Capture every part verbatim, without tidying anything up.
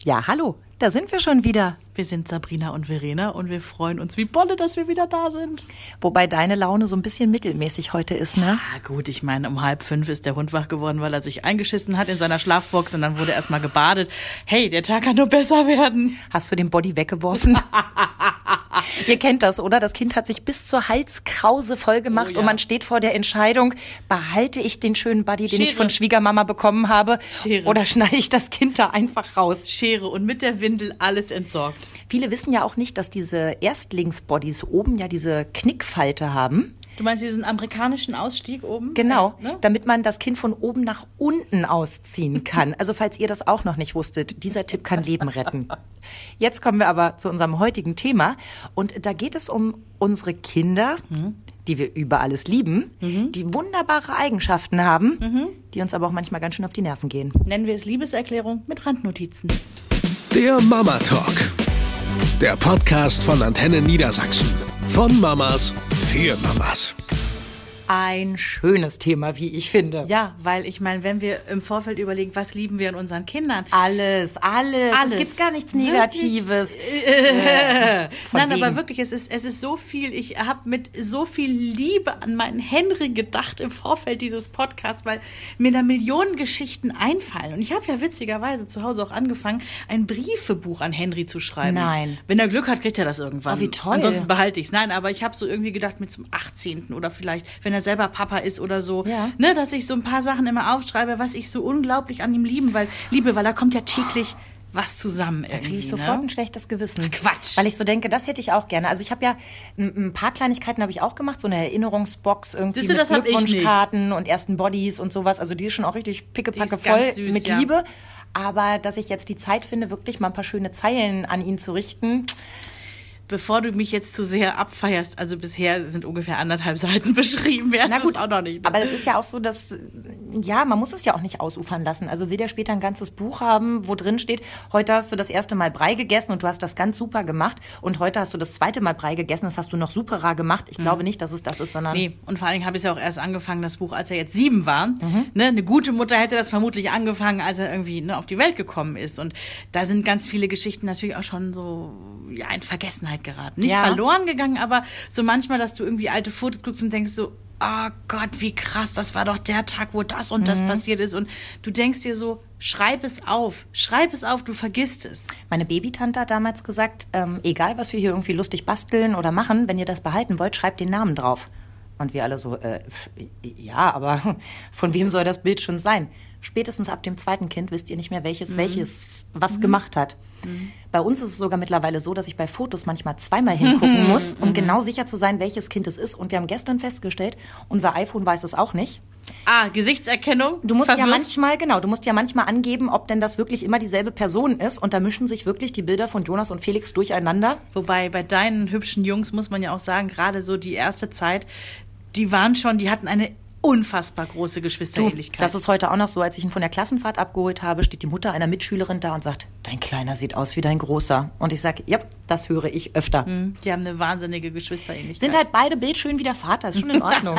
Ja, hallo, da sind wir schon wieder. Wir sind Sabrina und Verena und wir freuen uns wie Bolle, dass wir wieder da sind. Wobei deine Laune so ein bisschen mittelmäßig heute ist, ne? Ja gut, ich meine, um halb fünf ist der Hund wach geworden, weil er sich eingeschissen hat in seiner Schlafbox und dann wurde erst mal gebadet. Hey, der Tag kann nur besser werden. Hast du den Body weggeworfen? Ihr kennt das, oder? Das Kind hat sich bis zur Halskrause voll gemacht oh, ja. und man steht vor der Entscheidung, behalte ich den schönen Body, den Schere. ich von Schwiegermama bekommen habe, Schere. oder schneide ich das Kind da einfach raus? Schere und mit der Windel alles entsorgt. Viele wissen ja auch nicht, dass diese Erstlingsbodies oben ja diese Knickfalte haben. Du meinst diesen amerikanischen Ausstieg oben? Genau, Erst, ne? damit man das Kind von oben nach unten ausziehen kann. Also falls ihr das auch noch nicht wusstet, dieser Tipp kann Leben retten. Jetzt kommen wir aber zu unserem heutigen Thema. Und da geht es um unsere Kinder, mhm. die wir über alles lieben, mhm. die wunderbare Eigenschaften haben, mhm. die uns aber auch manchmal ganz schön auf die Nerven gehen. Nennen wir es Liebeserklärung mit Randnotizen. Der Mama Talk. Der Podcast von Antenne Niedersachsen. Von Mamas für Mamas. Ein schönes Thema, wie ich finde. Ja, weil ich meine, wenn wir im Vorfeld überlegen, was lieben wir an unseren Kindern? Alles, alles. alles. Es gibt gar nichts Negatives. Äh, Nein, wegen. aber wirklich, es ist, es ist so viel. Ich habe mit so viel Liebe an meinen Henry gedacht im Vorfeld dieses Podcasts, weil mir da Millionen Geschichten einfallen. Und ich habe ja witzigerweise zu Hause auch angefangen, ein Briefebuch an Henry zu schreiben. Nein. Wenn er Glück hat, kriegt er das irgendwann. Oh, wie toll. Ansonsten behalte ich es. Nein, aber ich habe so irgendwie gedacht, mit zum achtzehnten oder vielleicht, wenn er selber Papa ist oder so, ja. ne, dass ich so ein paar Sachen immer aufschreibe, was ich so unglaublich an ihm lieben, weil, liebe, weil da kommt ja täglich was zusammen irgendwie. Da kriege ich sofort ne? ein schlechtes Gewissen. Quatsch. Weil ich so denke, das hätte ich auch gerne. Also ich habe ja ein, ein paar Kleinigkeiten habe ich auch gemacht, so eine Erinnerungsbox irgendwie Siehste, mit das hab ich nicht. Glückwunschkarten und ersten Bodies und sowas. Also die ist schon auch richtig pickepacke Die ist ganz voll süß, mit ja. Liebe. Aber dass ich jetzt die Zeit finde, wirklich mal ein paar schöne Zeilen an ihn zu richten. Bevor du mich jetzt zu sehr abfeierst, also bisher sind ungefähr anderthalb Seiten beschrieben, mehr Na ist gut, es auch noch nicht. Ne? Aber es ist ja auch so, dass, ja, man muss es ja auch nicht ausufern lassen. Also will der später ein ganzes Buch haben, wo drin steht, heute hast du das erste Mal Brei gegessen und du hast das ganz super gemacht und heute hast du das zweite Mal Brei gegessen, das hast du noch superer gemacht. Ich mhm. glaube nicht, dass es das ist, sondern... Nee, und vor allen Dingen habe ich ja auch erst angefangen, das Buch, als er jetzt sieben war. Mhm. Ne, eine gute Mutter hätte das vermutlich angefangen, als er irgendwie ne, auf die Welt gekommen ist. Und da sind ganz viele Geschichten natürlich auch schon so ja, in Vergessenheit geraten. Nicht ja. verloren gegangen, aber so manchmal, dass du irgendwie alte Fotos guckst und denkst so, oh Gott, wie krass, das war doch der Tag, wo das und das mhm. passiert ist. Und du denkst dir so, schreib es auf, schreib es auf, du vergisst es. Meine Babytante hat damals gesagt, ähm, egal was wir hier irgendwie lustig basteln oder machen, wenn ihr das behalten wollt, schreibt den Namen drauf. Und wir alle so, äh, ja, aber von wem soll das Bild schon sein? Spätestens ab dem zweiten Kind wisst ihr nicht mehr, welches mhm. welches was mhm. gemacht hat. Mhm. Bei uns ist es sogar mittlerweile so, dass ich bei Fotos manchmal zweimal hingucken muss, um mhm. genau sicher zu sein, welches Kind es ist. Und wir haben gestern festgestellt, unser iPhone weiß es auch nicht. Ah, Gesichtserkennung? Du musst verwirrt. ja manchmal, genau, du musst ja manchmal angeben, ob denn das wirklich immer dieselbe Person ist. Und da mischen sich wirklich die Bilder von Jonas und Felix durcheinander. Wobei bei deinen hübschen Jungs muss man ja auch sagen, gerade so die erste Zeit, die waren schon, die hatten eine unfassbar große Geschwisterähnlichkeit. Du, das ist heute auch noch so, als ich ihn von der Klassenfahrt abgeholt habe, steht die Mutter einer Mitschülerin da und sagt, dein Kleiner sieht aus wie dein Großer. Und ich sage, ja, das höre ich öfter. Mhm, die haben eine wahnsinnige Geschwisterähnlichkeit. Sind halt beide bildschön wie der Vater, ist schon in Ordnung.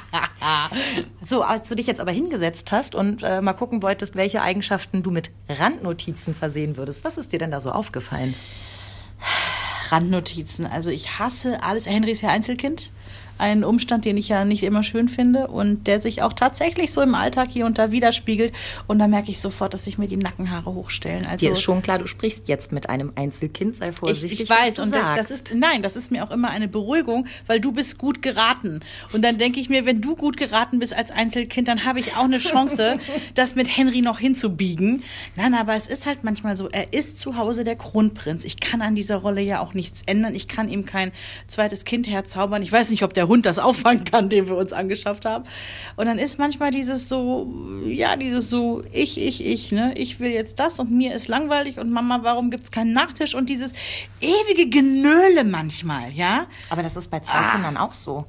So, als du dich jetzt aber hingesetzt hast und äh, mal gucken wolltest, welche Eigenschaften du mit Randnotizen versehen würdest, was ist dir denn da so aufgefallen? Randnotizen, also ich hasse alles. Henry ist ja Einzelkind. Ein Umstand, den ich ja nicht immer schön finde und der sich auch tatsächlich so im Alltag hier und da widerspiegelt. Und da merke ich sofort, dass sich mir die Nackenhaare hochstellen. Also, dir ist schon klar, du sprichst jetzt mit einem Einzelkind, sei vorsichtig, ich, ich weiß, was du und das, sagst. das ist, nein, das ist mir auch immer eine Beruhigung, weil du bist gut geraten. Und dann denke ich mir, wenn du gut geraten bist als Einzelkind, dann habe ich auch eine Chance, das mit Henry noch hinzubiegen. Nein, aber es ist halt manchmal so, er ist zu Hause der Kronprinz. Ich kann an dieser Rolle ja auch nichts ändern. Ich kann ihm kein zweites Kind herzaubern. Ich weiß nicht, ob der Hund das auffangen kann, den wir uns angeschafft haben. Und dann ist manchmal dieses so, ja, dieses so, ich, ich, ich, ne, ich will jetzt das und mir ist langweilig und Mama, warum gibt's keinen Nachtisch und dieses ewige Genöle manchmal, ja. Aber das ist bei zwei ah. Kindern auch so.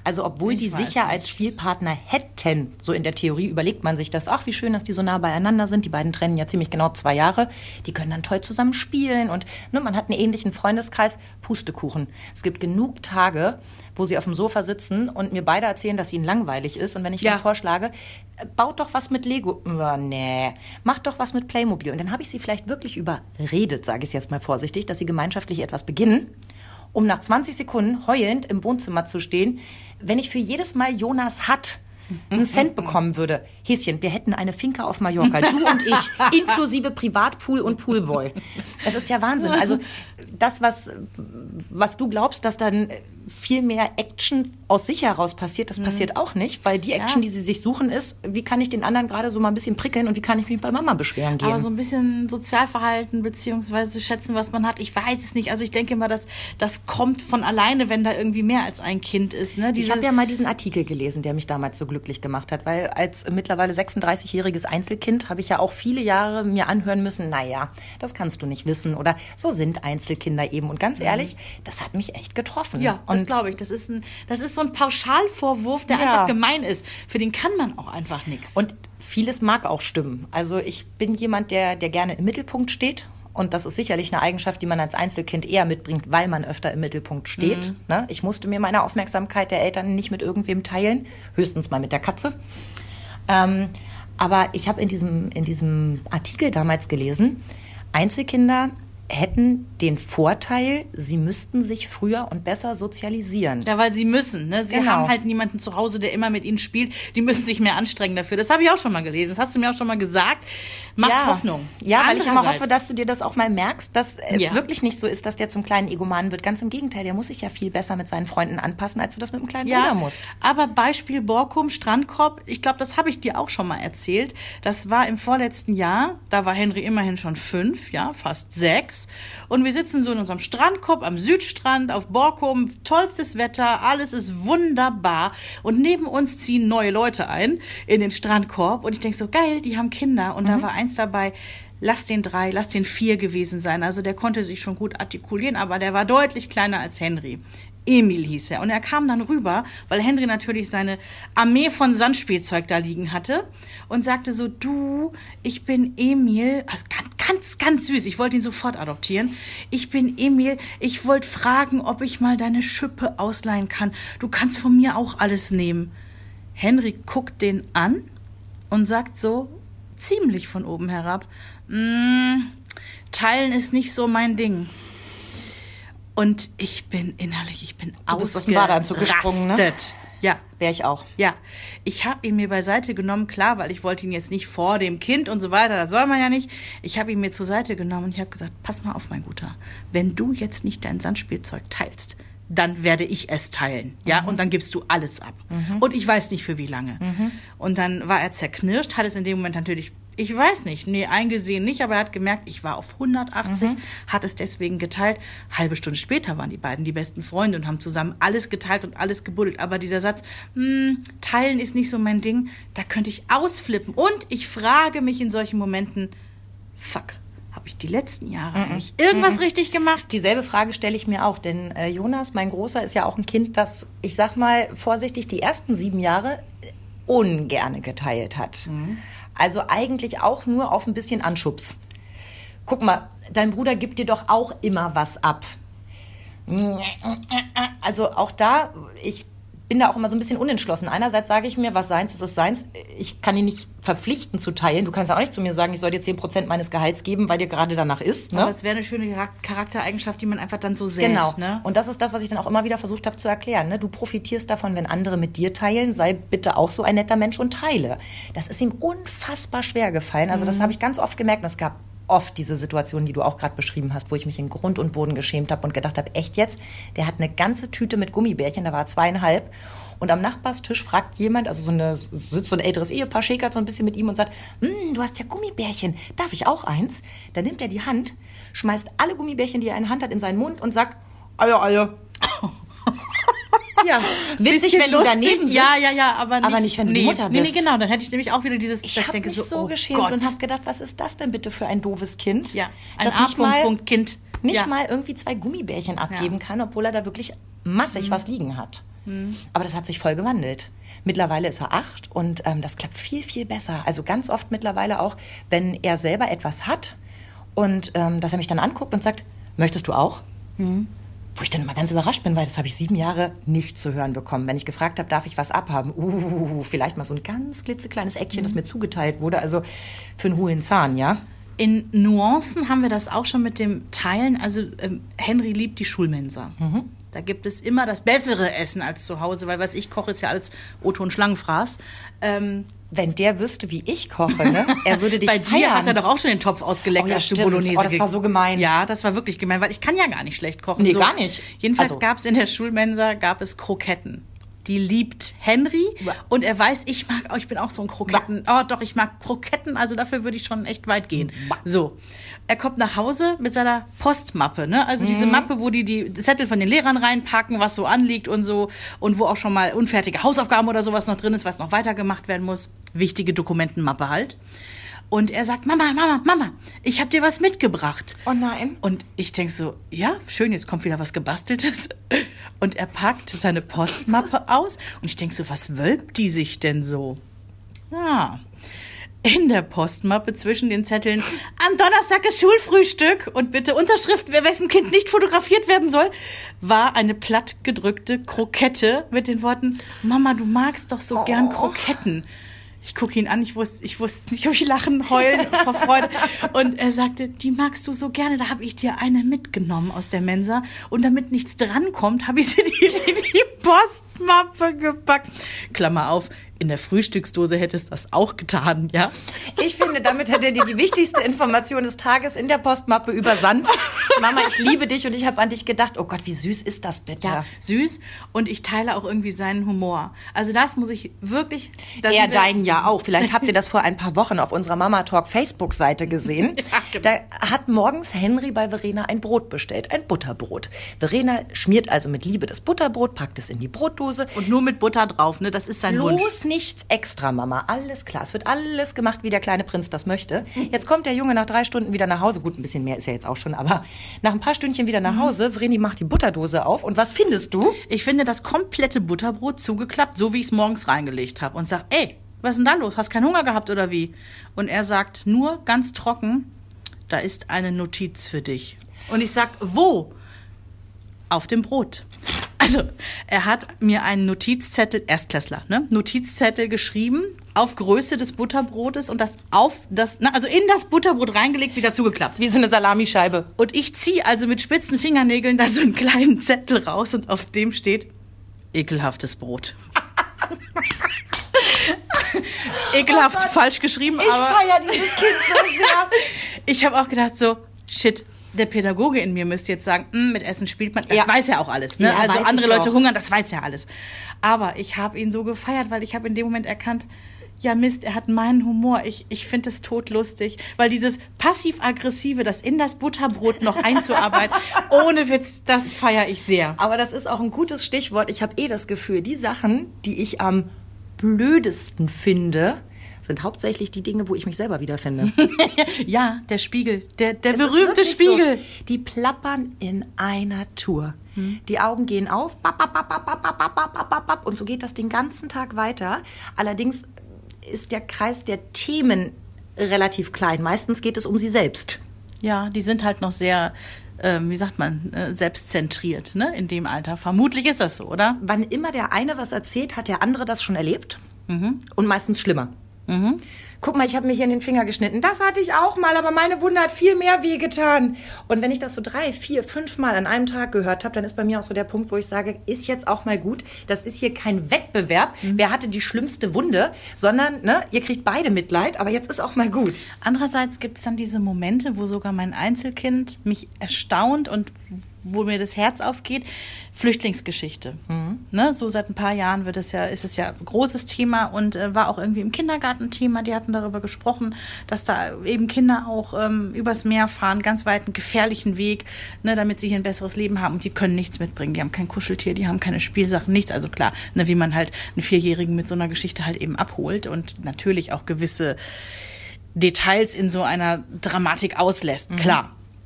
Also obwohl Ich die weiß sicher nicht. als Spielpartner hätten, so in der Theorie überlegt man sich das, ach wie schön, dass die so nah beieinander sind, die beiden trennen ja ziemlich genau zwei Jahre, die können dann toll zusammen spielen und ne, man hat einen ähnlichen Freundeskreis, Pustekuchen. Es gibt genug Tage, wo sie auf dem Sofa sitzen und mir beide erzählen, dass ihnen langweilig ist und wenn ich Ja. ihnen vorschlage, äh, baut doch was mit Lego, oh, nee, macht doch was mit Playmobil und dann habe ich sie vielleicht wirklich überredet, sage ich es jetzt mal vorsichtig, dass sie gemeinschaftlich etwas beginnen, um nach zwanzig Sekunden heulend im Wohnzimmer zu stehen, wenn ich für jedes Mal Jonas hat einen Cent bekommen würde. Häschen, wir hätten eine Finca auf Mallorca, du und ich, inklusive Privatpool und Poolboy. Das ist ja Wahnsinn. Also das, was, was du glaubst, dass dann viel mehr Action aus sich heraus passiert, das passiert auch nicht, weil die Action, Ja. die sie sich suchen, ist, wie kann ich den anderen gerade so mal ein bisschen prickeln und wie kann ich mich bei Mama beschweren gehen. Aber so ein bisschen Sozialverhalten beziehungsweise schätzen, was man hat, ich weiß es nicht. Also ich denke mal, dass das kommt von alleine, wenn da irgendwie mehr als ein Kind ist. Ne? Ich habe ja mal diesen Artikel gelesen, der mich damals so glücklich gemacht hat, weil als mittlerweile sechsunddreißigjähriges Einzelkind habe ich ja auch viele Jahre mir anhören müssen, naja, das kannst du nicht wissen oder so sind Einzelkinder eben. Und ganz ehrlich, das hat mich echt getroffen. Ja, das und glaube ich. Das ist, ein, das ist so ein Pauschalvorwurf, der Ja. einfach gemein ist. Für den kann man auch einfach nichts. Und vieles mag auch stimmen. Also ich bin jemand, der, der gerne im Mittelpunkt steht. Und das ist sicherlich eine Eigenschaft, die man als Einzelkind eher mitbringt, weil man öfter im Mittelpunkt steht. Mhm. Ne? Ich musste mir meine Aufmerksamkeit der Eltern nicht mit irgendwem teilen, höchstens mal mit der Katze. Ähm, aber ich habe in diesem, in diesem Artikel damals gelesen, Einzelkinder hätten den Vorteil, sie müssten sich früher und besser sozialisieren. Ja, weil sie müssen. Ne? Sie Genau. haben halt niemanden zu Hause, der immer mit ihnen spielt. Die müssen sich mehr anstrengen dafür. Das habe ich auch schon mal gelesen. Das hast du mir auch schon mal gesagt. Macht ja. Hoffnung. Ja, weil ich immer Andererseits- hoffe, dass du dir das auch mal merkst, dass es Ja. wirklich nicht so ist, dass der zum kleinen Egomanen wird. Ganz im Gegenteil, der muss sich ja viel besser mit seinen Freunden anpassen, als du das mit dem kleinen Bruder Ja, musst. aber Beispiel Borkum, Strandkorb, ich glaube, das habe ich dir auch schon mal erzählt. Das war im vorletzten Jahr, da war Henry immerhin schon fünf, ja, fast sechs. Und wir sitzen so in unserem Strandkorb am Südstrand auf Borkum, tollstes Wetter, alles ist wunderbar. Und neben uns ziehen neue Leute ein in den Strandkorb. Und ich denke so, geil, die haben Kinder. Und da war eins dabei, lass den drei, lass den vier gewesen sein. Also der konnte sich schon gut artikulieren, aber der war deutlich kleiner als Henry. Emil hieß er. Und er kam dann rüber, weil Henry natürlich seine Armee von Sandspielzeug da liegen hatte und sagte so, du, ich bin Emil, also ganz, ganz, ganz süß, ich wollte ihn sofort adoptieren. Ich bin Emil, ich wollte fragen, ob ich mal deine Schippe ausleihen kann. Du kannst von mir auch alles nehmen. Henry guckt den an und sagt so, ziemlich von oben herab, mm, teilen ist nicht so mein Ding. Und ich bin innerlich, ich bin Du bist aus dem Badeanzug gesprungen, ne? ausgerastet. Ja, Wäre ich auch. ja. Ich habe ihn mir beiseite genommen, klar, weil ich wollte ihn jetzt nicht vor dem Kind und so weiter, das soll man ja nicht. Ich habe ihn mir zur Seite genommen und ich habe gesagt, pass mal auf, mein Guter, wenn du jetzt nicht dein Sandspielzeug teilst, dann werde ich es teilen, ja, und dann gibst du alles ab. Und ich weiß nicht für wie lange. Und dann war er zerknirscht, hat es in dem Moment natürlich, ich weiß nicht, nee, eingesehen nicht, aber er hat gemerkt, ich war auf hundertachtzig, hat es deswegen geteilt. Halbe Stunde später waren die beiden die besten Freunde und haben zusammen alles geteilt und alles gebuddelt. Aber dieser Satz, hm, teilen ist nicht so mein Ding, da könnte ich ausflippen. Und ich frage mich in solchen Momenten, fuck, habe ich die letzten Jahre eigentlich irgendwas richtig gemacht? Dieselbe Frage stelle ich mir auch, denn äh, Jonas, mein Großer, ist ja auch ein Kind, das, ich sag mal vorsichtig, die ersten sieben Jahre ungerne geteilt hat. Also eigentlich auch nur auf ein bisschen Anschubs. Guck mal, dein Bruder gibt dir doch auch immer was ab. Also auch da, ich bin da auch immer so ein bisschen unentschlossen. Einerseits sage ich mir, was seins ist, ist seins. Ich kann ihn nicht verpflichten zu teilen. Du kannst ja auch nicht zu mir sagen, ich soll dir zehn Prozent meines Gehalts geben, weil dir gerade danach ist. Ne? Aber es wäre eine schöne Charak- Charaktereigenschaft, die man einfach dann so sät. Genau. Ne? Und das ist das, was ich dann auch immer wieder versucht habe zu erklären. Ne? Du profitierst davon, wenn andere mit dir teilen. Sei bitte auch so ein netter Mensch und teile. Das ist ihm unfassbar schwer gefallen. Also das habe ich ganz oft gemerkt. Und es gab oft diese Situation, die du auch gerade beschrieben hast, wo ich mich in Grund und Boden geschämt habe und gedacht habe, echt jetzt? Der hat eine ganze Tüte mit Gummibärchen, da war zweieinhalb. Und am Nachbarstisch fragt jemand, also so eine, sitzt so ein älteres Ehepaar, schäkert so ein bisschen mit ihm und sagt, mm, du hast ja Gummibärchen, darf ich auch eins? Dann nimmt er die Hand, schmeißt alle Gummibärchen, die er in der Hand hat, in seinen Mund und sagt, Eier, Eier. Ja, witzig, Bisschen wenn du lustig. daneben sitzt. Ja, ja, ja, aber nicht, aber nicht, wenn du nee, die Mutter bist. Nee, nee, genau, dann hätte ich nämlich auch wieder dieses, Ich dass habe denke mich so, oh geschämt Gott. und habe gedacht, was ist das denn bitte für ein doofes Kind? Ja, ein das nicht mal, A-Punkt-Kind. nicht Ja. mal irgendwie zwei Gummibärchen abgeben Ja. kann, obwohl er da wirklich massig was liegen hat. Mhm. Aber das hat sich voll gewandelt. Mittlerweile ist er acht und ähm, das klappt viel, viel besser. Also ganz oft mittlerweile auch, wenn er selber etwas hat und ähm, dass er mich dann anguckt und sagt, möchtest du auch? Mhm. Wo ich dann immer ganz überrascht bin, weil das habe ich sieben Jahre nicht zu hören bekommen. Wenn ich gefragt habe, darf ich was abhaben? Uh, vielleicht mal so ein ganz klitzekleines Eckchen, mhm. das mir zugeteilt wurde. Also für einen hohen Zahn, ja? In Nuancen haben wir das auch schon mit dem Teilen. Also ähm, Henry liebt die Schulmensa. Mhm. Da gibt es immer das bessere Essen als zu Hause, weil was ich koche, ist ja alles O-Ton Schlangenfraß. Ähm, Wenn der wüsste, wie ich koche, ne? Er würde dich Bei feiern. dir hat er doch auch schon den Topf ausgeleckt, oh, ja, als du stimmt. Bolognese. Oh, das war so gemein. Ja, das war wirklich gemein, weil ich kann ja gar nicht schlecht kochen. Nee, so. gar nicht. Jedenfalls also. gab es in der Schulmensa, gab es Kroketten. Die liebt Henry ja. und er weiß, ich mag, oh, ich bin auch so ein Kroketten. Ja. Oh, doch, ich mag Kroketten, also dafür würde ich schon echt weit gehen. Ja. So, er kommt nach Hause mit seiner Postmappe, ne? Also mhm. diese Mappe, wo die die Zettel von den Lehrern reinpacken, was so anliegt und so und wo auch schon mal unfertige Hausaufgaben oder sowas noch drin ist, was noch weitergemacht werden muss. Wichtige Dokumentenmappe halt. Und er sagt, Mama, Mama, Mama, ich habe dir was mitgebracht. Oh nein. Und ich denke so, ja, schön, jetzt kommt wieder was Gebasteltes. Und er packt seine Postmappe aus. Und ich denke so, was wölbt die sich denn so? Ja, in der Postmappe zwischen den Zetteln, am Donnerstag ist Schulfrühstück und bitte Unterschrift, wessen Kind nicht fotografiert werden soll, war eine plattgedrückte Krokette mit den Worten, Mama, du magst doch so oh. gern Kroketten. Ich gucke ihn an, ich wusste, ich wusste nicht, ob ich lachen, heulen vor Freude. Und er sagte, die magst du so gerne, da habe ich dir eine mitgenommen aus der Mensa. Und damit nichts drankommt, habe ich sie in die Postmappe gepackt. Klammer auf, in der Frühstücksdose hättest du das auch getan, ja? Ich finde, damit hat er dir die wichtigste Information des Tages in der Postmappe übersandt. Mama, ich liebe dich und ich habe an dich gedacht. Oh Gott, wie süß ist das bitte? Ja, süß. Und ich teile auch irgendwie seinen Humor. Also das muss ich wirklich... Er deinen ja auch. Vielleicht habt ihr das vor ein paar Wochen auf unserer Mama Talk Facebook-Seite gesehen. Ja, genau. Da hat morgens Henry bei Verena ein Brot bestellt, ein Butterbrot. Verena schmiert also mit Liebe das Butterbrot, packt es in die Brotdose. Und nur mit Butter drauf, ne? Das ist sein Bloß Wunsch. Nichts extra, Mama. Alles klar. Es wird alles gemacht, wie der kleine Prinz das möchte. Jetzt kommt der Junge nach drei Stunden wieder nach Hause. Gut, ein bisschen mehr ist er jetzt auch schon, aber nach ein paar Stündchen wieder nach Hause. Vreni macht die Butterdose auf. Und was findest du? Ich finde das komplette Butterbrot zugeklappt, so wie ich es morgens reingelegt habe. Und sag, ey, was ist denn da los? Hast keinen Hunger gehabt oder wie? Und er sagt nur ganz trocken, da ist eine Notiz für dich. Und ich sag, wo? Auf dem Brot. Also, er hat mir einen Notizzettel, Erstklässler, ne? Notizzettel geschrieben, auf Größe des Butterbrotes und das auf das, na, also in das Butterbrot reingelegt, wieder zugeklappt. Wie so eine Salamischeibe. Und ich ziehe also mit spitzen Fingernägeln da so einen kleinen Zettel raus und auf dem steht, ekelhaftes Brot. Ekelhaft, oh falsch geschrieben, ich aber... Ich feiere dieses Kind so sehr. Ich habe auch gedacht so, shit, der Pädagoge in mir müsste jetzt sagen, mit Essen spielt man, das ja. weiß er auch alles. Ne? Ja, also andere Leute doch. hungern, das weiß er alles. Aber ich habe ihn so gefeiert, weil ich habe in dem Moment erkannt, ja Mist, er hat meinen Humor. Ich, ich finde es todlustig, weil dieses passiv-aggressive, das in das Butterbrot noch einzuarbeiten, ohne Witz, das feiere ich sehr. Aber das ist auch ein gutes Stichwort. Ich habe eh das Gefühl, die Sachen, die ich am blödesten finde, sind hauptsächlich die Dinge, wo ich mich selber wiederfinde. Ja, der Spiegel, der, der es berühmte Spiegel. So. Die plappern in einer Tour. Hm. Die Augen gehen auf, bap, bap, bap, bap, bap, bap, bap, bap, bap, und so geht das den ganzen Tag weiter. Allerdings ist der Kreis der Themen relativ klein. Meistens geht es um sie selbst. Ja, die sind halt noch sehr, äh, wie sagt man, äh, selbstzentriert, ne, in dem Alter. Vermutlich ist das so, oder? Wann immer der eine was erzählt, hat der andere das schon erlebt. Mhm. Und meistens schlimmer. Mhm. Guck mal, ich habe mir hier in den Finger geschnitten. Das hatte ich auch mal, aber meine Wunde hat viel mehr wehgetan. Und wenn ich das so drei, vier, fünf Mal an einem Tag gehört habe, dann ist bei mir auch so der Punkt, wo ich sage, ist jetzt auch mal gut. Das ist hier kein Wettbewerb. Mhm. Wer hatte die schlimmste Wunde? Sondern, ne, ihr kriegt beide Mitleid, aber jetzt ist auch mal gut. Andererseits gibt es dann diese Momente, wo sogar mein Einzelkind mich erstaunt und wo mir das Herz aufgeht. Flüchtlingsgeschichte. Mhm. Ne, so seit ein paar Jahren wird es ja, ist es ja ein großes Thema und äh, war auch irgendwie im Kindergarten Thema. Die hatten darüber gesprochen, dass da eben Kinder auch ähm, übers Meer fahren, ganz weit einen gefährlichen Weg, ne, damit sie hier ein besseres Leben haben. Und die können nichts mitbringen. Die haben kein Kuscheltier, die haben keine Spielsachen, nichts. Also klar, ne, wie man halt einen Vierjährigen mit so einer Geschichte halt eben abholt und natürlich auch gewisse Details in so einer Dramatik auslässt. Mhm. Klar.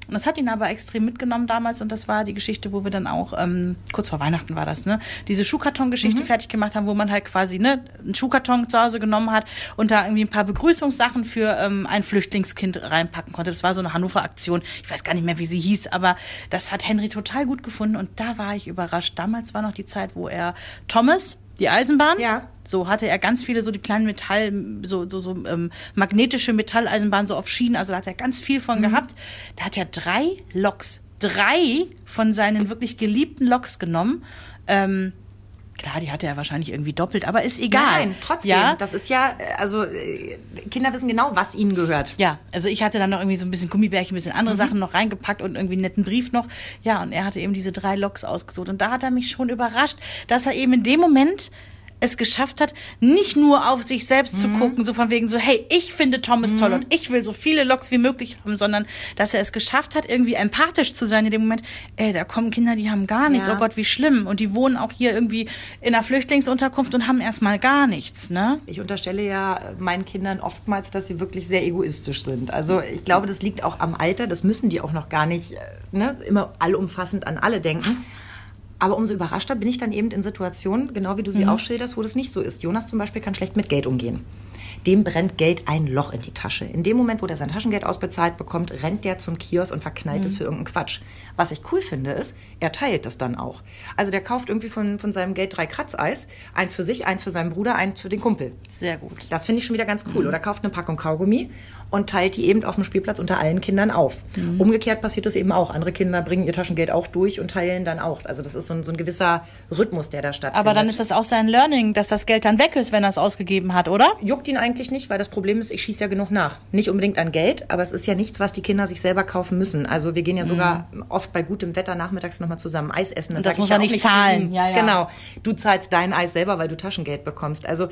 Und das hat ihn aber extrem mitgenommen damals und das war die Geschichte, wo wir dann auch, ähm, kurz vor Weihnachten war das, ne, diese Schuhkarton-Geschichte mhm. fertig gemacht haben, wo man halt quasi, ne, einen Schuhkarton zu Hause genommen hat und da irgendwie ein paar Begrüßungssachen für ähm, ein Flüchtlingskind reinpacken konnte. Das war so eine Hannover-Aktion. Ich weiß gar nicht mehr, wie sie hieß, aber das hat Henry total gut gefunden und da war ich überrascht. Damals war noch die Zeit, wo er Thomas, die Eisenbahn, ja. so hatte er ganz viele so die kleinen Metall, so so, so ähm, magnetische Metalleisenbahnen so auf Schienen, also da hat er ganz viel von mhm. gehabt. Da hat er drei Loks, drei von seinen wirklich geliebten Loks genommen. Ähm, klar, die hatte er wahrscheinlich irgendwie doppelt, aber ist egal. Nein, trotzdem. Ja? Das ist ja, also Kinder wissen genau, was ihnen gehört. Ja, also ich hatte dann noch irgendwie so ein bisschen Gummibärchen, ein bisschen andere mhm. Sachen noch reingepackt und irgendwie einen netten Brief noch. Ja, und er hatte eben diese drei Loks ausgesucht. Und da hat er mich schon überrascht, dass er eben in dem Moment es geschafft hat, nicht nur auf sich selbst mhm. zu gucken, so von wegen so, hey, ich finde Thomas mhm. toll und ich will so viele Loks wie möglich haben, sondern dass er es geschafft hat, irgendwie empathisch zu sein in dem Moment, ey, da kommen Kinder, die haben gar nichts, ja. oh Gott, wie schlimm. Und die wohnen auch hier irgendwie in einer Flüchtlingsunterkunft und haben erstmal gar nichts, ne? Ich unterstelle ja meinen Kindern oftmals, dass sie wirklich sehr egoistisch sind. Also ich glaube, das liegt auch am Alter, das müssen die auch noch gar nicht, ne, immer allumfassend an alle denken. Aber umso überraschter bin ich dann eben in Situationen, genau wie du sie mhm. auch schilderst, wo das nicht so ist. Jonas zum Beispiel kann schlecht mit Geld umgehen. Dem brennt Geld ein Loch in die Tasche. In dem Moment, wo der sein Taschengeld ausbezahlt bekommt, rennt der zum Kiosk und verknallt mhm. es für irgendeinen Quatsch. Was ich cool finde, ist, er teilt das dann auch. Also der kauft irgendwie von, von seinem Geld drei Kratzeis. Eins für sich, eins für seinen Bruder, eins für den Kumpel. Sehr gut. Das finde ich schon wieder ganz cool. Mhm. Oder kauft eine Packung Kaugummi und teilt die eben auf dem Spielplatz unter allen Kindern auf. Mhm. Umgekehrt passiert das eben auch. Andere Kinder bringen ihr Taschengeld auch durch und teilen dann auch. Also das ist so ein, so ein gewisser Rhythmus, der da stattfindet. Aber dann ist das auch sein Learning, dass das Geld dann weg ist, wenn er es ausgegeben hat, oder? Juckt ihn eigentlich nicht, weil das Problem ist, ich schieße ja genug nach. Nicht unbedingt an Geld, aber es ist ja nichts, was die Kinder sich selber kaufen müssen. Also wir gehen ja mhm. sogar oft bei gutem Wetter nachmittags nochmal zusammen Eis essen. Und das muss er nicht zahlen. Ja, ja. Genau. Du zahlst dein Eis selber, weil du Taschengeld bekommst. Also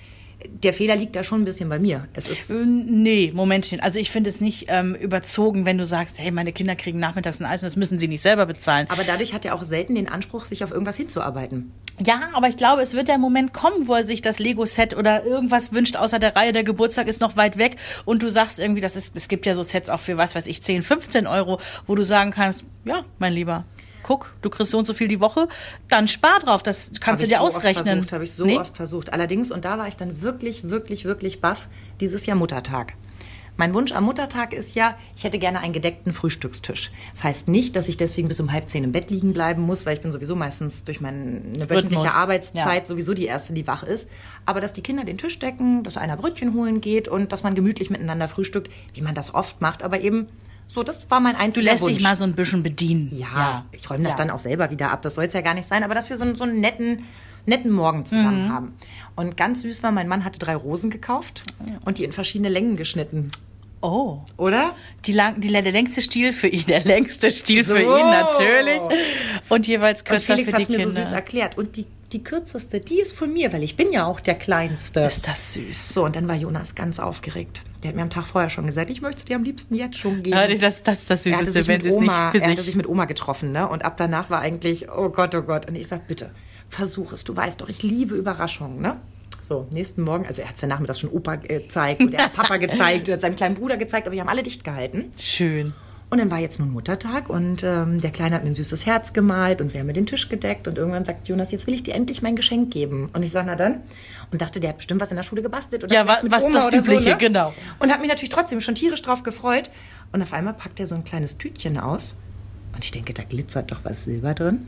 der Fehler liegt da schon ein bisschen bei mir. Es ist nee, Momentchen. Also ich finde es nicht ähm, überzogen, wenn du sagst, hey, meine Kinder kriegen nachmittags ein Eis und das müssen sie nicht selber bezahlen. Aber dadurch hat er auch selten den Anspruch, sich auf irgendwas hinzuarbeiten. Ja, aber ich glaube, es wird der Moment kommen, wo er sich das Lego-Set oder irgendwas wünscht, außer der Reihe, der Geburtstag ist noch weit weg und du sagst irgendwie, das ist, es gibt ja so Sets auch für, was weiß ich, zehn, fünfzehn Euro, wo du sagen kannst, ja, mein Lieber, guck, du kriegst so und so viel die Woche, dann spar drauf, das kannst du dir ausrechnen. Habe ich so nee? oft versucht. Allerdings, und da war ich dann wirklich, wirklich, wirklich baff, dieses Jahr Muttertag. Mein Wunsch am Muttertag ist ja, ich hätte gerne einen gedeckten Frühstückstisch. Das heißt nicht, dass ich deswegen bis um halb zehn im Bett liegen bleiben muss, weil ich bin sowieso meistens durch meine wöchentliche Rhythmus. Arbeitszeit ja. sowieso die Erste, die wach ist. Aber dass die Kinder den Tisch decken, dass einer Brötchen holen geht und dass man gemütlich miteinander frühstückt, wie man das oft macht, aber eben so, das war mein einziger Wunsch. Du lässt Wunsch. dich mal so ein bisschen bedienen. Ja, ja. ich räume das ja. dann auch selber wieder ab. Das soll es ja gar nicht sein. Aber dass wir so, so einen netten, netten Morgen zusammen mhm. haben. Und ganz süß war, mein Mann hatte drei Rosen gekauft und die in verschiedene Längen geschnitten. Oh. Oder? Die lang, die, der längste Stiel für ihn, der längste Stiel so. für ihn natürlich. Und jeweils kürzer und Felix für die Kinder. Felix hat es mir so süß erklärt. Und die, die kürzeste, die ist von mir, weil ich bin ja auch der Kleinste. Ist das süß. So, und dann war Jonas ganz aufgeregt. Der hat mir am Tag vorher schon gesagt, ich möchte es dir am liebsten jetzt schon geben. Ja, das, das ist das Süßeste, wenn es nicht für sich... Er hatte sich mit Oma getroffen, ne? Und ab danach war eigentlich, oh Gott, oh Gott. Und ich sag, bitte, versuch es. Du weißt doch, ich liebe Überraschungen, ne? So, nächsten Morgen, also er hat es ja nachmittags schon Opa gezeigt und er hat Papa gezeigt, er hat seinem kleinen Bruder gezeigt, aber wir haben alle dicht gehalten. Schön. Und dann war jetzt nun Muttertag und ähm, der Kleine hat mir ein süßes Herz gemalt und sie haben mir den Tisch gedeckt und irgendwann sagt Jonas, jetzt will ich dir endlich mein Geschenk geben. Und ich sage, na dann. Und dachte, der hat bestimmt was in der Schule gebastelt. Oder ja, was, was das Übliche, so, ne? Genau. Und hat mich natürlich trotzdem schon tierisch drauf gefreut. Und auf einmal packt er so ein kleines Tütchen aus und ich denke, da glitzert doch was Silber drin.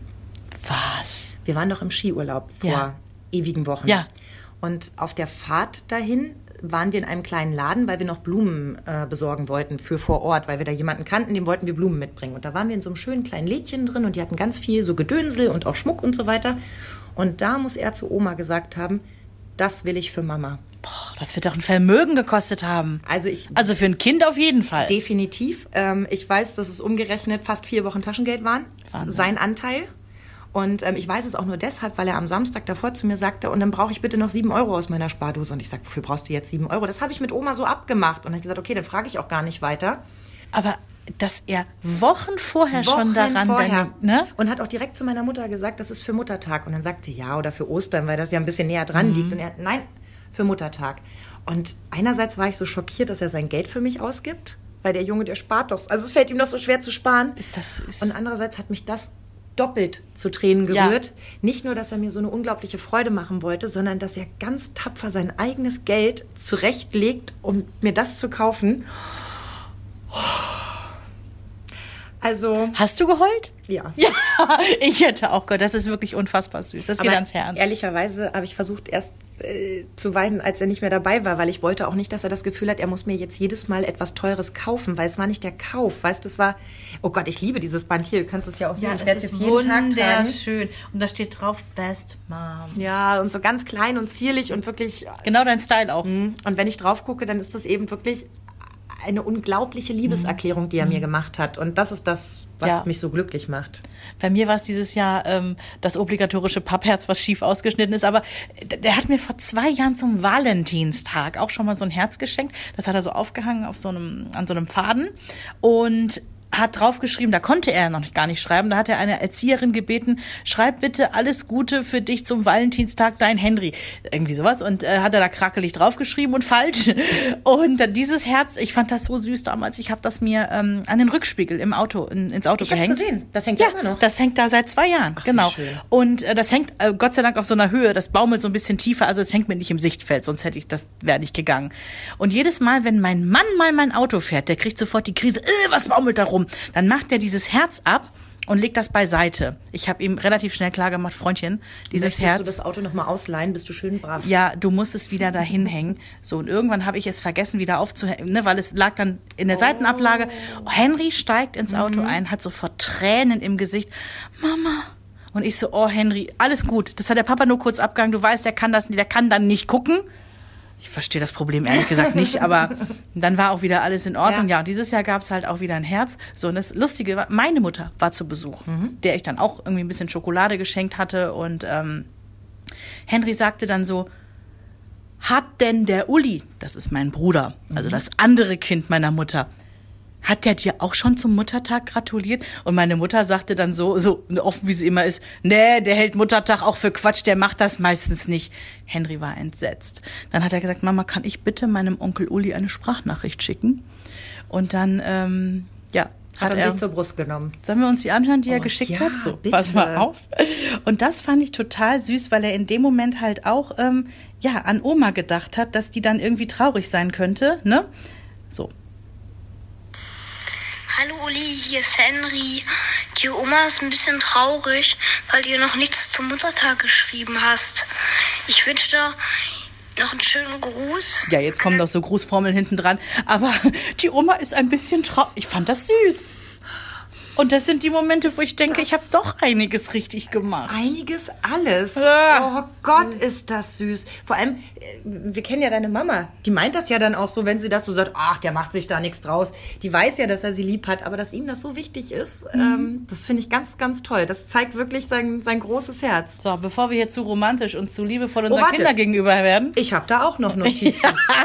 Was? Wir waren doch im Skiurlaub vor ja. ewigen Wochen. Ja. Und auf der Fahrt dahin waren wir in einem kleinen Laden, weil wir noch Blumen äh, besorgen wollten für vor Ort, weil wir da jemanden kannten, dem wollten wir Blumen mitbringen. Und da waren wir in so einem schönen kleinen Lädchen drin und die hatten ganz viel so Gedönsel und auch Schmuck und so weiter. Und da muss er zu Oma gesagt haben, das will ich für Mama. Boah, das wird doch ein Vermögen gekostet haben. Also, ich, also für ein Kind auf jeden Fall. Definitiv. Ähm, ich weiß, dass es umgerechnet fast vier Wochen Taschengeld waren. Wahnsinn. Sein Anteil. Und ähm, ich weiß es auch nur deshalb, weil er am Samstag davor zu mir sagte, und dann brauche ich bitte noch sieben Euro aus meiner Spardose. Und ich sage, wofür brauchst du jetzt sieben Euro? Das habe ich mit Oma so abgemacht. Und dann habe ich gesagt, okay, dann frage ich auch gar nicht weiter. Aber dass er Wochen vorher Wochen schon daran vorher. denkt, ne? Und hat auch direkt zu meiner Mutter gesagt, das ist für Muttertag. Und dann sagte sie, ja, oder für Ostern, weil das ja ein bisschen näher dran mhm. liegt. Und er hat, nein, für Muttertag. Und einerseits war ich so schockiert, dass er sein Geld für mich ausgibt. weil der Junge, der spart doch. Also es fällt ihm doch so schwer zu sparen. Ist das süß. Und andererseits hat mich das doppelt zu Tränen gerührt. Ja. Nicht nur, dass er mir so eine unglaubliche Freude machen wollte, sondern dass er ganz tapfer sein eigenes Geld zurechtlegt, um mir das zu kaufen. Also... Hast du geheult? Ja. Ja, ich hätte auch geheult. Das ist wirklich unfassbar süß. Das geht ans Herz. Ehrlicherweise habe ich versucht, erst äh, zu weinen, als er nicht mehr dabei war, weil ich wollte auch nicht, dass er das Gefühl hat, er muss mir jetzt jedes Mal etwas Teures kaufen, weil es war nicht der Kauf, weißt du, es war, oh Gott, ich liebe dieses Band hier, du kannst es ja auch sehen, ja, ich werde es jetzt jeden Tag tragen. Schön. Und da steht drauf, Best Mom. Ja, und so ganz klein und zierlich und wirklich... Genau dein Style auch. Und wenn ich drauf gucke, dann ist das eben wirklich eine unglaubliche Liebeserklärung, die er mir gemacht hat. Und das ist das, was ja. mich so glücklich macht. Bei mir war es dieses Jahr ähm, das obligatorische Pappherz, was schief ausgeschnitten ist. Aber der hat mir vor zwei Jahren zum Valentinstag auch schon mal so ein Herz geschenkt. Das hat er so aufgehangen auf so einem, an so einem Faden. Und hat draufgeschrieben, da konnte er noch gar nicht schreiben, da hat er eine Erzieherin gebeten, schreib bitte alles Gute für dich zum Valentinstag, dein Henry. Irgendwie sowas. Und äh, hat er da krakelig draufgeschrieben und falsch. Und äh, dieses Herz, ich fand das so süß damals, ich habe das mir ähm, an den Rückspiegel im Auto, in, ins Auto ich gehängt. Ich hab's gesehen, das hängt ja, ja immer noch. Das hängt da seit zwei Jahren, Ach, genau. Schön. Und äh, das hängt äh, Gott sei Dank auf so einer Höhe, das baumelt so ein bisschen tiefer, also es hängt mir nicht im Sichtfeld, sonst hätte ich, das wäre nicht gegangen. Und jedes Mal, wenn mein Mann mal mein Auto fährt, der kriegt sofort die Krise, äh, was baumelt da rum? Dann macht der dieses Herz ab und legt das beiseite. Ich habe ihm relativ schnell klar gemacht, Freundchen, dieses Möchtest Herz... du das Auto nochmal ausleihen? Bist du schön brav? Ja, du musst es wieder dahin hängen. So, und irgendwann habe ich es vergessen, wieder aufzuhängen, ne, weil es lag dann in der oh. Seitenablage. Henry steigt ins Auto mhm. ein, hat sofort Tränen im Gesicht. Mama... Und ich so, oh Henry, alles gut. Das hat der Papa nur kurz abgegangen. Du weißt, der kann das, der kann dann nicht gucken. Ich verstehe das Problem ehrlich gesagt nicht, aber dann war auch wieder alles in Ordnung. Ja, ja, und dieses Jahr gab es halt auch wieder ein Herz. So, und das Lustige war, meine Mutter war zu Besuch, mhm. der ich dann auch irgendwie ein bisschen Schokolade geschenkt hatte. Und ähm, Henry sagte dann so, hat denn der Uli, das ist mein Bruder, also das andere Kind meiner Mutter, hat der dir auch schon zum Muttertag gratuliert? Und meine Mutter sagte dann so, so offen wie sie immer ist, nee, der hält Muttertag auch für Quatsch, der macht das meistens nicht. Henry war entsetzt. Dann hat er gesagt, Mama, kann ich bitte meinem Onkel Uli eine Sprachnachricht schicken? Und dann, ähm, ja. Hat, hat er sich zur Brust genommen. Sollen wir uns die anhören, die oh, er geschickt ja, hat? So, bitte. Pass mal auf. Und das fand ich total süß, weil er in dem Moment halt auch, ähm, ja, an Oma gedacht hat, dass die dann irgendwie traurig sein könnte, ne? So. Hallo Uli, hier ist Henry. Die Oma ist ein bisschen traurig, weil du ihr noch nichts zum Muttertag geschrieben hast. Ich wünsche dir noch einen schönen Gruß. Ja, jetzt kommen doch so Grußformeln hinten dran. Aber die Oma ist ein bisschen traurig. Ich fand das süß. Und das sind die Momente, wo ich denke, ich habe doch einiges richtig gemacht. Einiges alles. Ja. Oh Gott, ist das süß. Vor allem, wir kennen ja deine Mama. Die meint das ja dann auch so, wenn sie das so sagt, ach, der macht sich da nichts draus. Die weiß ja, dass er sie lieb hat, aber dass ihm das so wichtig ist, mhm. ähm, das finde ich ganz, ganz toll. Das zeigt wirklich sein, sein großes Herz. So, bevor wir hier zu romantisch und zu liebevoll unseren oh, Kindern gegenüber werden. Ich habe da auch noch Notizen.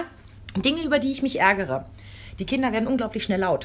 Ja. Dinge, über die ich mich ärgere. Die Kinder werden unglaublich schnell laut.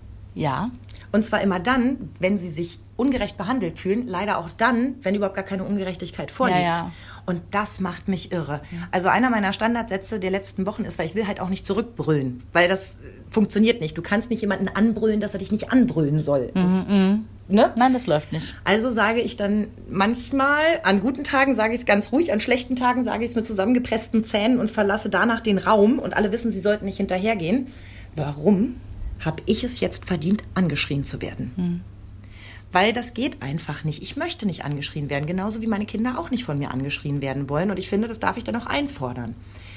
Ja. Und zwar immer dann, wenn sie sich ungerecht behandelt fühlen, leider auch dann, wenn überhaupt gar keine Ungerechtigkeit vorliegt. Ja, ja. Und das macht mich irre. Also einer meiner Standardsätze der letzten Wochen ist, weil ich will halt auch nicht zurückbrüllen, weil das funktioniert nicht. Du kannst nicht jemanden anbrüllen, dass er dich nicht anbrüllen soll. Das, mhm. ne? Nein, das läuft nicht. Also sage ich dann manchmal, an guten Tagen sage ich es ganz ruhig, an schlechten Tagen sage ich es mit zusammengepressten Zähnen und verlasse danach den Raum und alle wissen, sie sollten nicht hinterhergehen. Warum? Habe ich es jetzt verdient, angeschrien zu werden. Hm. Weil das geht einfach nicht. Ich möchte nicht angeschrien werden, genauso wie meine Kinder auch nicht von mir angeschrien werden wollen. Und ich finde, das darf ich dann auch einfordern.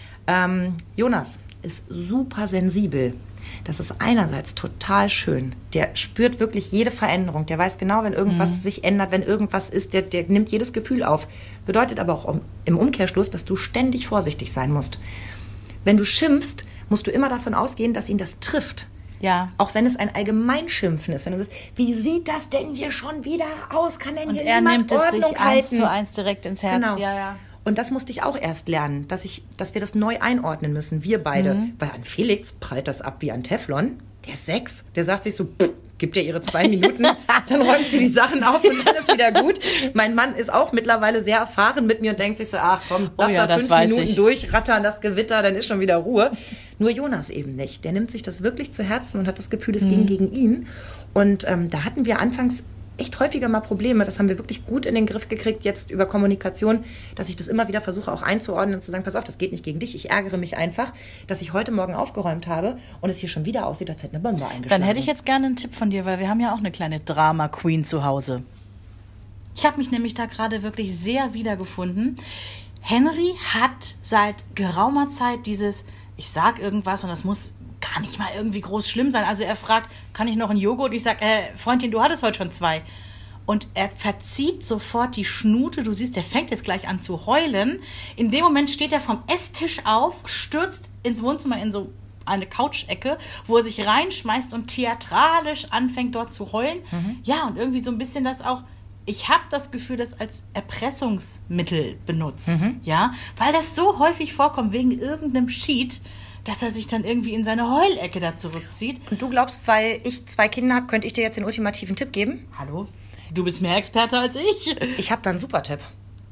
Ähm, Jonas ist super sensibel. Das ist einerseits total schön. Der spürt wirklich jede Veränderung. Der weiß genau, wenn irgendwas hm. sich ändert, wenn irgendwas ist, der, der nimmt jedes Gefühl auf. Bedeutet aber auch im Umkehrschluss, dass du ständig vorsichtig sein musst. Wenn du schimpfst, musst du immer davon ausgehen, dass ihn das trifft. Ja. Auch wenn es ein Allgemeinschimpfen ist. Wenn du sagst, wie sieht das denn hier schon wieder aus? Kann denn und hier er niemand nimmt es Ordnung sich halten? eins zu eins direkt ins Herz. Genau. Ja, ja. Und das musste ich auch erst lernen, dass, ich, dass wir das neu einordnen müssen, wir beide. Mhm. Weil an Felix prallt das ab wie an Teflon. Der ist sechs, der sagt sich so, pff, gibt ihr ihre zwei Minuten, dann räumt sie die Sachen auf und dann ist wieder gut. Mein Mann ist auch mittlerweile sehr erfahren mit mir und denkt sich so, ach komm, lass oh ja, das, das fünf Minuten ich. durchrattern, das Gewitter, dann ist schon wieder Ruhe. Nur Jonas eben nicht. Der nimmt sich das wirklich zu Herzen und hat das Gefühl, es mhm. ging gegen ihn. Und ähm, da hatten wir anfangs echt häufiger mal Probleme. Das haben wir wirklich gut in den Griff gekriegt jetzt über Kommunikation, dass ich das immer wieder versuche auch einzuordnen und zu sagen, pass auf, das geht nicht gegen dich. Ich ärgere mich einfach, dass ich heute Morgen aufgeräumt habe und es hier schon wieder aussieht, als hätte eine Bombe eingeschlagen. Dann hätte ich jetzt gerne einen Tipp von dir, weil wir haben ja auch eine kleine Drama-Queen zu Hause. Ich habe mich nämlich da gerade wirklich sehr wiedergefunden. Henry hat seit geraumer Zeit dieses, ich sag irgendwas und das muss gar nicht mal irgendwie groß schlimm sein. Also er fragt, kann ich noch einen Joghurt? Ich sag, äh, Freundchen, du hattest heute schon zwei. Und er verzieht sofort die Schnute. Du siehst, der fängt jetzt gleich an zu heulen. In dem Moment steht er vom Esstisch auf, stürzt ins Wohnzimmer in so eine Couch-Ecke, wo er sich reinschmeißt und theatralisch anfängt dort zu heulen. Mhm. Ja, und irgendwie so ein bisschen das auch, ich habe das Gefühl, das als Erpressungsmittel benutzt. Mhm. Ja, weil das so häufig vorkommt, wegen irgendeinem Cheat, dass er sich dann irgendwie in seine Heulecke da zurückzieht. Und du glaubst, weil ich zwei Kinder habe, könnte ich dir jetzt den ultimativen Tipp geben? Hallo? Du bist mehr Experte als ich. Ich habe da einen super Tipp.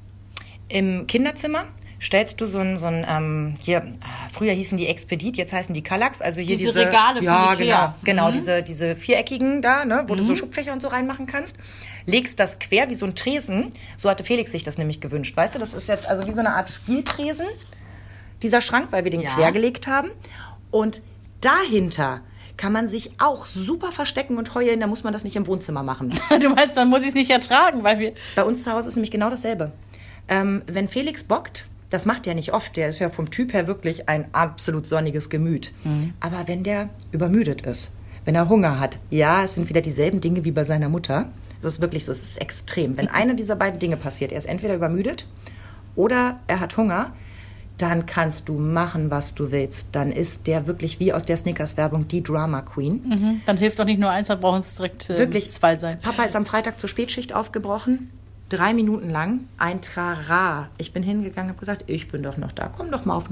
Im Kinderzimmer stellst du so ein, so ein ähm, hier, früher hießen die Expedit, jetzt heißen die Kallax, also hier diese, diese Regale ja, von Ikea. Genau, genau mhm. diese, diese viereckigen da, ne, wo mhm. du so Schubfächer und so reinmachen kannst. Legst das quer wie so ein Tresen. So hatte Felix sich das nämlich gewünscht, weißt du? Das ist jetzt also wie so eine Art Spieltresen, dieser Schrank, weil wir den ja. quergelegt haben. Und dahinter kann man sich auch super verstecken und heulen, da muss man das nicht im Wohnzimmer machen. Du meinst, dann muss ich es nicht ertragen, weil wir... Bei uns zu Hause ist nämlich genau dasselbe. Ähm, wenn Felix bockt, das macht er nicht oft, der ist ja vom Typ her wirklich ein absolut sonniges Gemüt. Mhm. Aber wenn der übermüdet ist, wenn er Hunger hat, ja, es sind wieder dieselben Dinge wie bei seiner Mutter. Das ist wirklich so, es ist extrem. Wenn einer dieser beiden Dinge passiert, er ist entweder übermüdet oder er hat Hunger, dann kannst du machen, was du willst. Dann ist der wirklich wie aus der Snickers-Werbung die Drama Queen. Mhm. Dann hilft doch nicht nur eins, dann brauchen es direkt äh, wirklich zwei sein. Papa ist am Freitag zur Spätschicht aufgebrochen. Drei Minuten lang ein Trara. Ich bin hingegangen und habe gesagt, ich bin doch noch da, komm doch mal auf.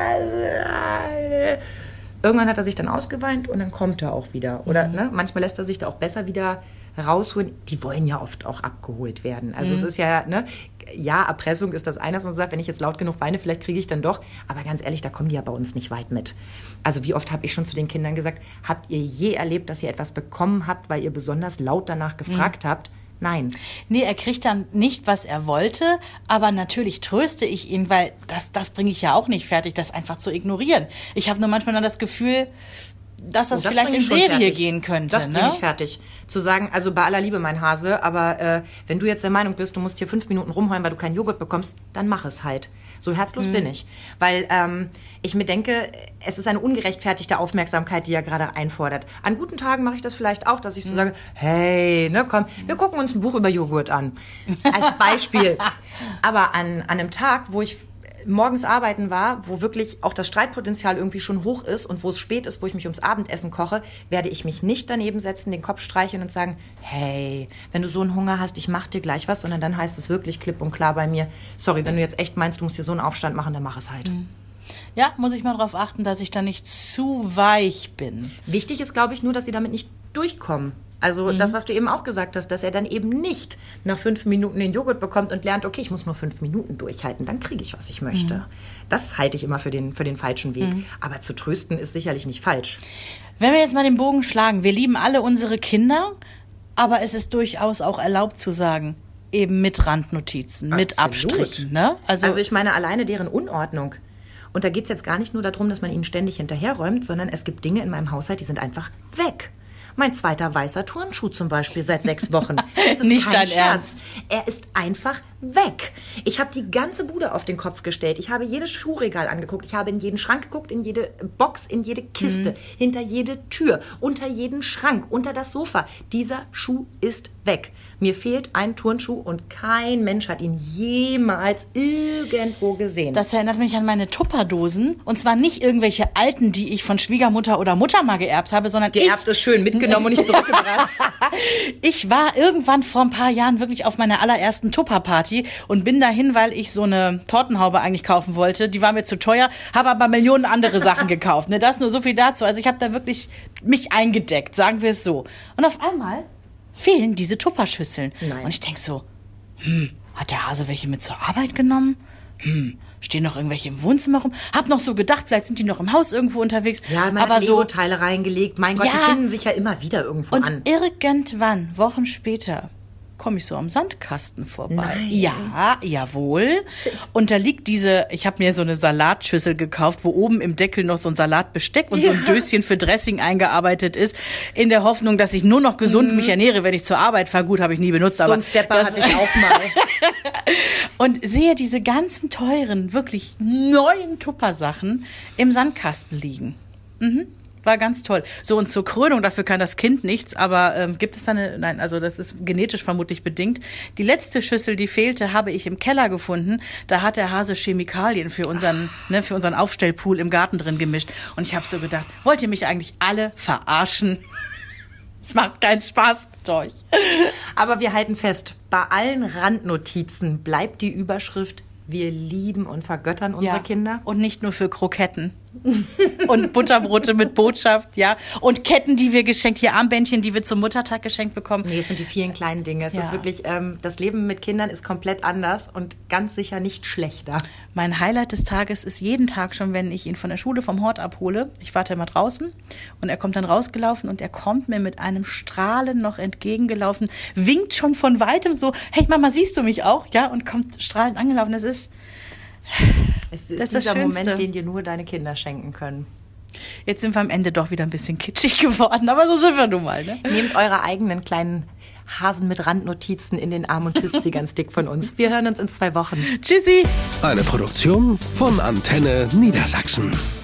Irgendwann hat er sich dann ausgeweint und dann kommt er auch wieder. Oder mhm. ne, manchmal lässt er sich da auch besser wieder rausholen. Die wollen ja oft auch abgeholt werden. Also mhm. es ist ja, ne, ja, Erpressung ist das eine, dass man sagt, wenn ich jetzt laut genug weine, vielleicht kriege ich dann doch. Aber ganz ehrlich, da kommen die ja bei uns nicht weit mit. Also wie oft habe ich schon zu den Kindern gesagt, habt ihr je erlebt, dass ihr etwas bekommen habt, weil ihr besonders laut danach gefragt mhm. habt? Nein. Nee, er kriegt dann nicht, was er wollte, aber natürlich tröste ich ihn, weil das, das bringe ich ja auch nicht fertig, das einfach zu ignorieren. Ich habe nur manchmal dann das Gefühl, dass das, oh, das vielleicht in Serie fertig. gehen könnte. Das bringe ne? ich fertig. Zu sagen, also bei aller Liebe, mein Hase, aber äh, wenn du jetzt der Meinung bist, du musst hier fünf Minuten rumheulen, weil du keinen Joghurt bekommst, dann mach es halt. So herzlos mhm. bin ich. Weil ähm, ich mir denke, es ist eine ungerechtfertigte Aufmerksamkeit, die er gerade einfordert. An guten Tagen mache ich das vielleicht auch, dass ich so mhm. sage, hey, ne, komm, wir gucken uns ein Buch über Joghurt an. Als Beispiel. Aber an, an einem Tag, wo ich morgens arbeiten war, wo wirklich auch das Streitpotenzial irgendwie schon hoch ist und wo es spät ist, wo ich mich ums Abendessen koche, werde ich mich nicht daneben setzen, den Kopf streicheln und sagen, hey, wenn du so einen Hunger hast, ich mach dir gleich was, sondern dann heißt es wirklich klipp und klar bei mir, sorry, wenn du jetzt echt meinst, du musst hier so einen Aufstand machen, dann mach es halt. Ja, muss ich mal darauf achten, dass ich da nicht zu weich bin. Wichtig ist, glaube ich, nur, dass sie damit nicht durchkommen. Also mhm. das, was du eben auch gesagt hast, dass er dann eben nicht nach fünf Minuten den Joghurt bekommt und lernt, okay, ich muss nur fünf Minuten durchhalten, dann kriege ich, was ich möchte. Mhm. Das halte ich immer für den, für den falschen Weg. Mhm. Aber zu trösten ist sicherlich nicht falsch. Wenn wir jetzt mal den Bogen schlagen, wir lieben alle unsere Kinder, aber es ist durchaus auch erlaubt zu sagen, eben mit Randnotizen, Absolut. mit Abstrichen. Ne? Also, also ich meine, alleine deren Unordnung. Und da geht es jetzt gar nicht nur darum, dass man ihnen ständig hinterherräumt, sondern es gibt Dinge in meinem Haushalt, die sind einfach weg. Mein zweiter weißer Turnschuh zum Beispiel seit sechs Wochen. Das ist Nicht kein dein Scherz. Ernst. Er ist einfach weg. Ich habe die ganze Bude auf den Kopf gestellt. Ich habe jedes Schuhregal angeguckt. Ich habe in jeden Schrank geguckt, in jede Box, in jede Kiste, mhm. hinter jede Tür, unter jeden Schrank, unter das Sofa. Dieser Schuh ist weg. Mir fehlt ein Turnschuh und kein Mensch hat ihn jemals irgendwo gesehen. Das erinnert mich an meine Tupperdosen. Und zwar nicht irgendwelche alten, die ich von Schwiegermutter oder Mutter mal geerbt habe, sondern geerbt ich... ist schön, mitgenommen und nicht zurückgebracht. Ich war irgendwann vor ein paar Jahren wirklich auf meiner allerersten Tupperparty und bin dahin, weil ich so eine Tortenhaube eigentlich kaufen wollte. Die war mir zu teuer, habe aber Millionen andere Sachen gekauft. Ne, das nur so viel dazu. Also ich habe da wirklich mich eingedeckt, sagen wir es so. Und auf einmal fehlen diese Tupperschüsseln. Nein. Und ich denk so, hm, hat der Hase welche mit zur Arbeit genommen? Hm, stehen noch irgendwelche im Wohnzimmer rum. Hab noch so gedacht, vielleicht sind die noch im Haus irgendwo unterwegs. Ja, man aber hat so Lego-Teile reingelegt. Mein Gott, Ja. die finden sich ja immer wieder irgendwo Und an. irgendwann, Wochen später, komme ich so am Sandkasten vorbei. Nein. Ja, jawohl. Und da liegt diese, ich habe mir so eine Salatschüssel gekauft, wo oben im Deckel noch so ein Salatbesteck und so ein Ja. Döschen für Dressing eingearbeitet ist, in der Hoffnung, dass ich nur noch gesund mich ernähre, wenn ich zur Arbeit fahre. Gut, habe ich nie benutzt, So aber ein Stepper das- hatte ich auch mal. und sehe diese ganzen teuren, wirklich neuen Tuppersachen im Sandkasten liegen. Mhm. War ganz toll. So, und zur Krönung, dafür kann das Kind nichts, aber ähm, gibt es da eine, nein, also das ist genetisch vermutlich bedingt. Die letzte Schüssel, die fehlte, habe ich im Keller gefunden. Da hat der Hase Chemikalien für unseren, ne, für unseren Aufstellpool im Garten drin gemischt. Und ich habe so gedacht, wollt ihr mich eigentlich alle verarschen? Es macht keinen Spaß mit euch. Aber wir halten fest, bei allen Randnotizen bleibt die Überschrift: Wir lieben und vergöttern unsere Ja. Kinder. Und nicht nur für Kroketten. Und Butterbrote mit Botschaft, ja. Und Ketten, die wir geschenkt, hier Armbändchen, die wir zum Muttertag geschenkt bekommen. Nee, es sind die vielen kleinen Dinge. Es Ja. ist wirklich, ähm, das Leben mit Kindern ist komplett anders und ganz sicher nicht schlechter. Mein Highlight des Tages ist jeden Tag schon, wenn ich ihn von der Schule vom Hort abhole. Ich warte immer draußen und er kommt dann rausgelaufen und er kommt mir mit einem Strahlen noch entgegengelaufen, winkt schon von weitem so, hey Mama, siehst du mich auch? Ja, und kommt strahlend angelaufen. Das ist, Es ist Das ist das dieser Schönste. Moment, den dir nur deine Kinder schenken können. jetzt sind wir am Ende doch wieder ein bisschen kitschig geworden, aber so sind wir nun mal, ne? Nehmt eure eigenen kleinen Hasen mit Randnotizen in den Arm und küsst sie ganz dick von uns. Wir hören uns in zwei Wochen. Tschüssi! Eine Produktion von Antenne Niedersachsen.